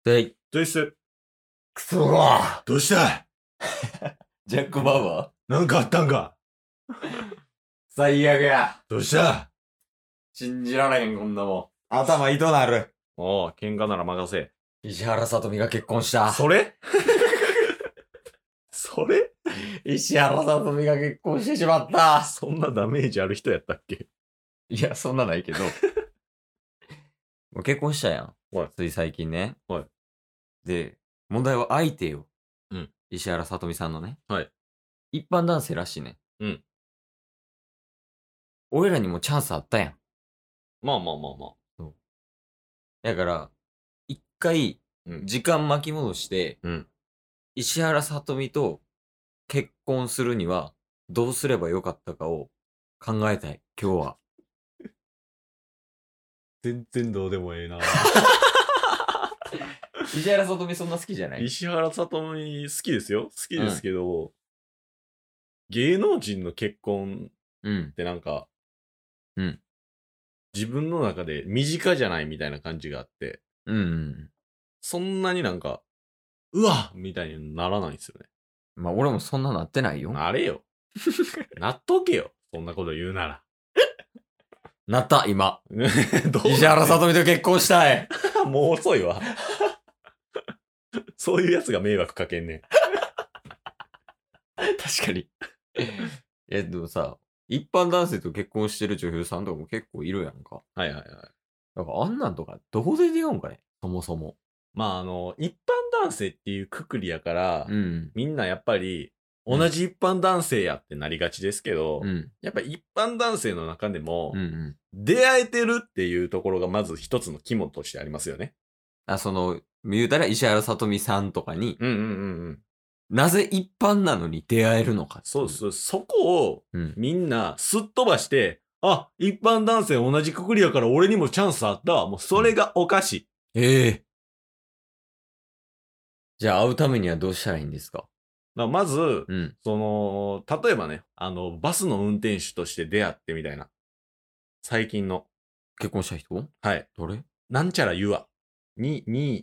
で、 ドイツ、 クソがどうしたジャック・バウアなんかあったんかー最悪や。 どうした信じられへん、こんなもん。頭痛なる。 おう、喧嘩なら任せ。 石原さとみが結婚した。 それそれ石原さとみが結婚してしまった。 そんなダメージある人やったっけ？ いや、そんなないけど。もう結婚したやん。 はい。 つい最近ね。 はい。 で、問題は相手よ。 うん。 石原さとみさんのね。 はい。 一般男性らしいね。 うん。 俺らにもチャンスあったやん。 まあまあまあまあ。 だから、一回、 うん。 時間巻き戻して、 うん。 石原さとみと結婚するにはどうすればよかったかを考えたい、今日は。 全然どうでもええな石原さとみそんな好きじゃない？ 石原さとみ好きですよ。好きですけど、芸能人の結婚うんっ。てなんか、 うん。 自分の中で身近じゃないみたいな感じがあって、 うん。 そんなになんか、うわみたいにならないんですよね。 まあ俺もそんななってないよ。 なれよ。なっとけよ。そんなこと言うなら。 なった、今。 どう石原さとみと結婚したい。 もう遅いわ。そういうやつが迷惑かけんねん。 確かに。でもさ、一般男性と結婚してる女優さんとかも結構いるやんか。 はいはいはい。 だからあんなんとかどこで出会うんかね、そもそも。 まあ一般男性っていうくくりやから、 うん。 みんなやっぱり、同じ一般男性やってなりがちですけど、 うん。 やっぱ一般男性の中でも、 うんうん。 出会えてるっていうところがまず一つの肝としてありますよね。 言うたら石原さとみさんとかに、 うんうんうんうん。 なぜ一般なのに出会えるのかっていそうそう、そこをうん。 みんなすっ飛ばして、あ、一般男性同じくくりやから俺にもチャンスあったわ。もうそれがおかしい。 ええじゃあ会うためにはどうしたらいいんですか？ だからまず、 うん。 例えばね、バスの運転手として出会ってみたいな。最近の。 結婚した人はい。 誰？ なんちゃらゆあ。に、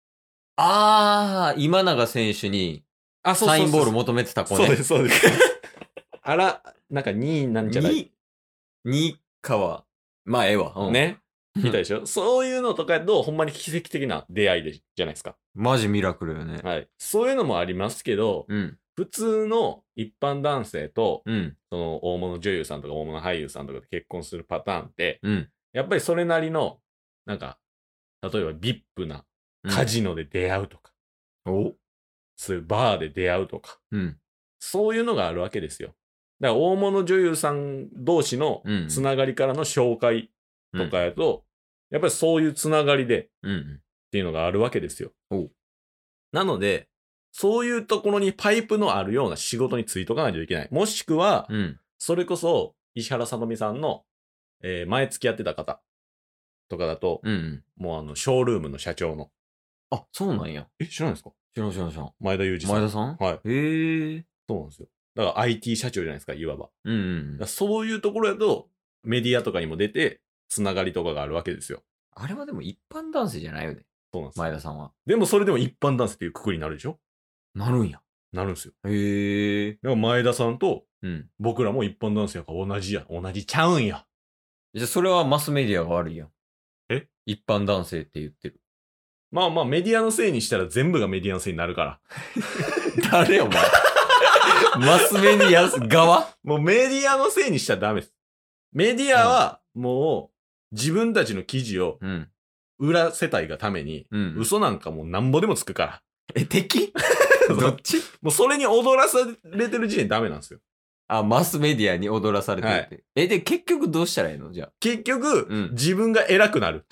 今永選手にあ、そうサインそうそうボール求めてた子ね。 そうです、そうです。あら、なんか2なんちゃら。 に川。まあ、ええわ。うん。 ね。みたいでしょそういうのとかと、ほんまに奇跡的な出会いで、じゃないですか。 マジミラクルよね。 はい。そういうのもありますけど、 うん。 普通の一般男性と、 うん。 その大物女優さんとか大物俳優さんとかで結婚するパターンって、 うん。 やっぱりそれなりの、なんか、例えば VIP なカジノで出会うとか、 おそういうバーで出会うとか、 うん。 そういうのがあるわけですよ。だから大物女優さん同士のつながりからの紹介とかやと、やっぱりそういうつながりでっうん。 ていうのがあるわけですよ。 おなので、そういうところにパイプのあるような仕事に就いとかないといけない。もしくは、 うん。 それこそ石原さとみさんの、前付き合ってた方とかだと、 うん。 もうショールームの社長の。 あ、そうなんや。 知らないですか？ 知らん知らん知らん。 前田裕二さん。 前田さんはい。 へえ。 そうなんですよ。だから IT 社長じゃないですか、いわば。 うんうんだからそういうところだと、メディアとかにも出て、つながりとかがあるわけですよ。 あれはでも一般男性じゃないよね。 そうなんです。 前田さんは。 でもそれでも一般男性っていうくくりになるでしょ？ なるんや。 なるんですよ。 へえ。 だから前田さんとうん。 僕らも一般男性やから同じや。同じちゃうんや。 じゃあそれはマスメディアが悪いやん。 え？ 一般男性って言ってる。 まあまあメディアのせいにしたら全部がメディアのせいになるから。 誰お前。マスメディア側もうメディアのせいにしちゃダメです。メディアはもう自分たちの記事をうん。 売らせたいがために、 うん。 嘘なんかもうなんぼでもつくから。 敵どっちもうそれに踊らされてる時点でダメなんですよ。 あ、マスメディアに踊らされてるって。で、結局どうしたらいいのじゃあ。 結局、 うん自分が偉くなる。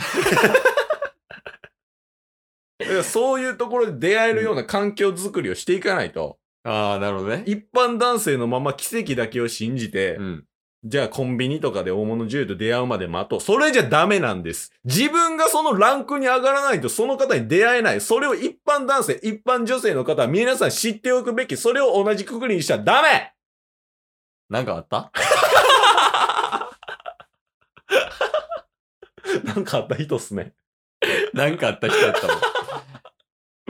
だからそういうところで出会えるような環境づくりをしていかないと、 ああ、なるほどね。 一般男性のまま奇跡だけを信じて、 うん。 じゃあコンビニとかで大物女優と出会うまで待とう。それじゃダメなんです。自分がそのランクに上がらないとその方に出会えない。それを一般男性、一般女性の方は皆さん知っておくべき。それを同じくくりにしちゃダメなんかあったなんかあった人っすね。 なんかあった人やったもん。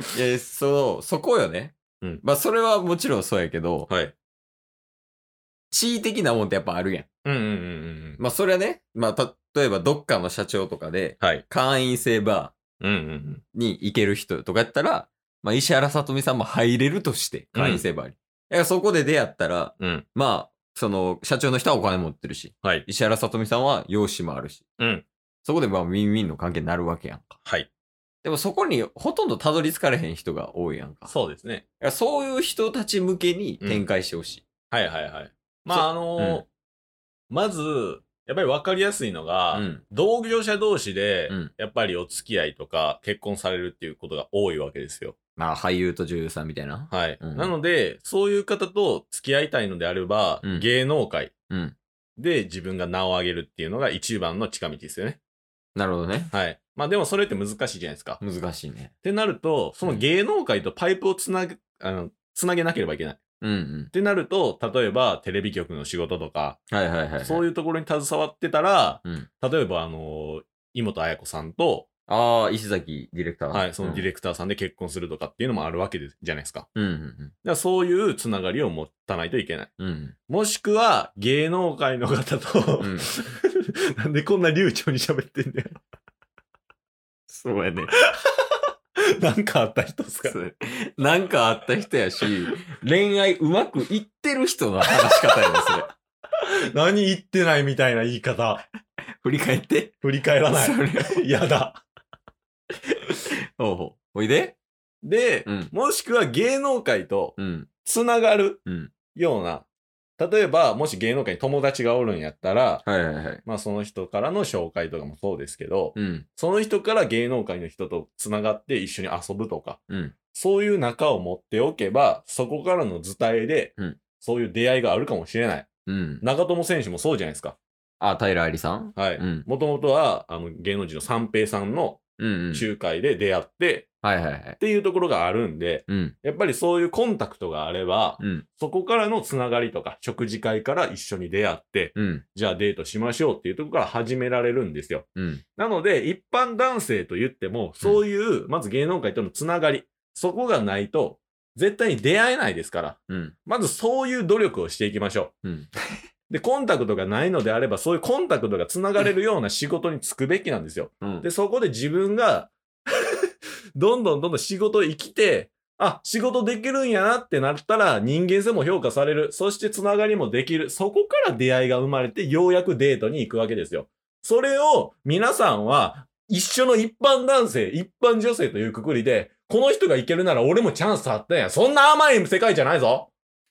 いや、そこよね。 うんまあ、それはもちろんそうやけど、 はい。 地位的なもんってやっぱあるやん。 うんうんうんうん。 まあ、それはね、まあ、例えばどっかの社長とかで、 はい。 会員制バうんうんうん。 ーに行ける人とかやったら、まあ、石原さとみさんも入れるとして、会員制バーに。だからそこで出会ったら、 うん。 まあ、その、社長の人はお金持ってるし、 はい。 石原さとみさんは容姿もあるし、 うん。 そこでまあ、ウィンウィンの関係になるわけやんか。 はい。 でもそこにほとんどたどり着かれへん人が多いやんか。 そうですね。 だからそういう人たち向けに展開してほしい。 はいはいはい。まあまず、やっぱり分かりやすいのが、 うん同業者同士でうん、 やっぱりお付き合いとか結婚されるっていうことが多いわけですよ。 まあ、俳優と女優さんみたいな。 はい。 うんなので、そういう方と付き合いたいのであれば、 うん芸能界うん。 で自分が名を上げるっていうのが一番の近道ですよね。 なるほどね。 はい。まあでもそれって難しいじゃないですか。 難しいね。 ってなると、その芸能界とパイプをつなげなければいけない。っうんうん。 てなると、例えばテレビ局の仕事とか、 はいはいはい、はい。 そういうところに携わってたら、 うん。 例えば井本彩子さんと、 ああ、石崎ディレクター。 はい、そのディレクターさんで結婚するとかっていうのもあるわけじゃないですか。 うんうんだからそういうつながりを持たないといけない。 うん。うん。 もしくは、芸能界の方と、 うん。 なんでこんな流暢に喋ってんだよ。 そうやね。 なんかあった人っすか？ なんかあった人やし、恋愛うまくいってる人の話し方やね、それ。 何言ってないみたいな言い方。 振り返って。 振り返らない。 それやだ。 ほうほう。おいで。 で、 うんもしくは芸能界とうん。 つながるうん。 ような、例えば、もし芸能界に友達がおるんやったら、 はいはいはい。 まあその人からの紹介とかもそうですけど、 うん。 その人から芸能界の人とつながって一緒に遊ぶとか、 うん。 そういう仲を持っておけば、そこからの図体で、 うんそういう出会いがあるかもしれない。 うん。 長友選手もそうじゃないですか。 あ、平愛理さんはい。 うん。 もともとは、芸能人の三平さんのうんうん。 仲介で出会って、 はいはいはいっ。ていうところがあるんで、 うん。 やっぱりそういうコンタクトがあれば、 うん。 そこからのつながりとか、食事会から一緒に出会って、 うん。 じゃあデートしましょうっていうところから始められるんですよ。 うん。 なので、一般男性と言っても、そういう、まず芸能界とのつながり、そこがないと、絶対に出会えないですから、 うん。 まずそういう努力をしていきましょうん。 う。で、コンタクトがないのであれば、そういうコンタクトがつながれるような仕事に就くべきなんですよ。 うん。 で、そこで自分が、どんどん仕事生きて、あ、仕事できるんやなってなったら人間性も評価される。そしてつながりもできる。そこから出会いが生まれてようやくデートに行くわけですよ。それを皆さんは一緒の一般男性、一般女性というくくりで、この人がいけるなら俺もチャンスあったんや。そんな甘い世界じゃないぞ。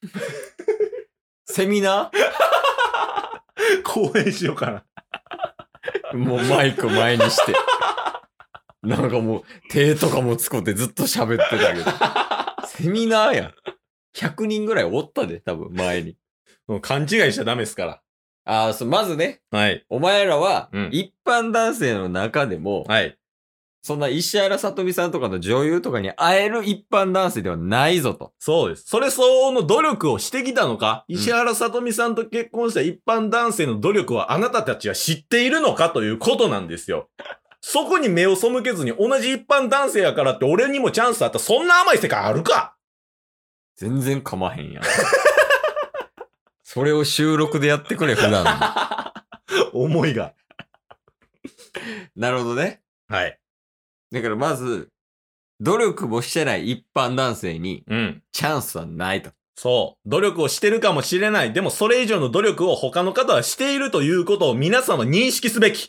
セミナ講演しようかな。 ーもうマイク前にして。なんかもう手とかも使ってずっと喋ってたけど。セミナーやん。100人ぐらいおったで、多分前に。 もう勘違いしちゃダメですから。 ああ、まずね、 はい。 お前らはうん一般男性の中でも、 はい。 そんな石原さとみさんとかの女優とかに会える一般男性ではないぞと。 そうです。それ相応の努力をしてきたのか、 ん石原さとみさんと結婚した一般男性の努力はあなたたちは知っているのかということなんですよ。そこに目を背けずに同じ一般男性やからって俺にもチャンスあった。そんな甘い世界あるか？ 全然かまへんやん。それを収録でやってくれ、普段の。 思いが。 なるほどね。 はい。 だからまず、努力もしてない一般男性にうん。 チャンスはないと。 そう。努力をしてるかもしれない。でもそれ以上の努力を他の方はしているということを皆さんは認識すべき。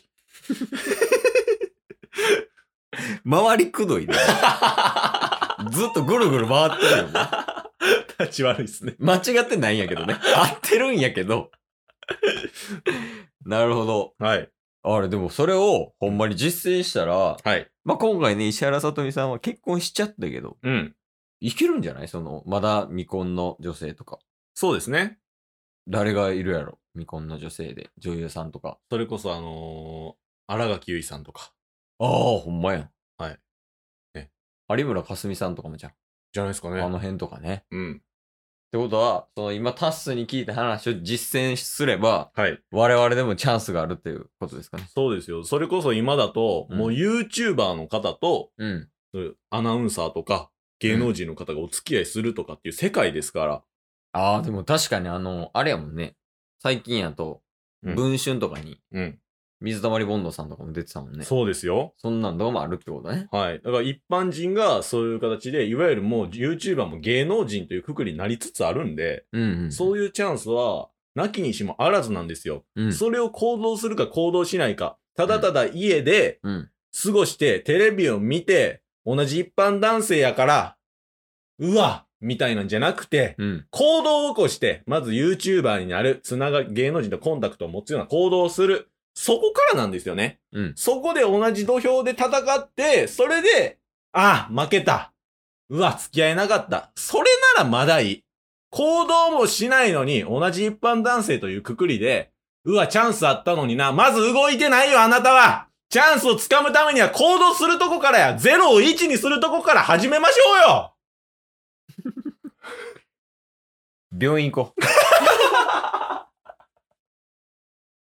回りくどいね。ずっとぐるぐる回ってるよね。 立ち悪いっすね。 間違ってないんやけどね。合ってるんやけど。なるほど。 はい。 あれ、でもそれをほんまに実践したら、 はい。 まあ、今回ね、石原さとみさんは結婚しちゃったけど、 うん。 いけるんじゃないまだ未婚の女性とか。 そうですね。 誰がいるやろ未婚の女性で。女優さんとか。 それこそ新垣結衣さんとか。 ああ、ほんまやん。 はい。ね。 有村架純さんとかもじゃん。 じゃないですかね。 あの辺とかね。 うん。 ってことは、今タッスに聞いた話を実践すれば、 はい。 我々でもチャンスがあるっていうことですかね。 そうですよ。それこそ今だと、 うんもう YouTuber の方と、 うん。 そういうアナウンサーとか、 芸能人の方がお付き合いするとかっていう世界ですから。 ああ、でも確かにあれやもんね。最近やと、 うん文春とかに、 うん。 水溜りボンドさんとかも出てたもんね。 そうですよ。 そんなんどうもあるってことね。 はい。だから一般人がそういう形で、いわゆるもう YouTuber も芸能人というくくりになりつつあるんで、 うんうん。 そういうチャンスは、なきにしもあらずなんですよ。 うん。 それを行動するか行動しないか。ただただ家でうん。 過ごしてテレビを見て、同じ一般男性やから、うわみたいなんじゃなくて、 うん。 行動を起こして、まず YouTuber になる、芸能人とコンタクトを持つような行動をする。そこからなんですよね。 うん。 そこで同じ土俵で戦って、それで、あ、負けた。うわ、付き合えなかった。それならまだいい。行動もしないのに、同じ一般男性というくくりで、うわ、チャンスあったのにな。まず動いてないよ、あなたは。チャンスをつかむためには行動するとこからや、0を1にするとこから始めましょうよ。 病院行こう。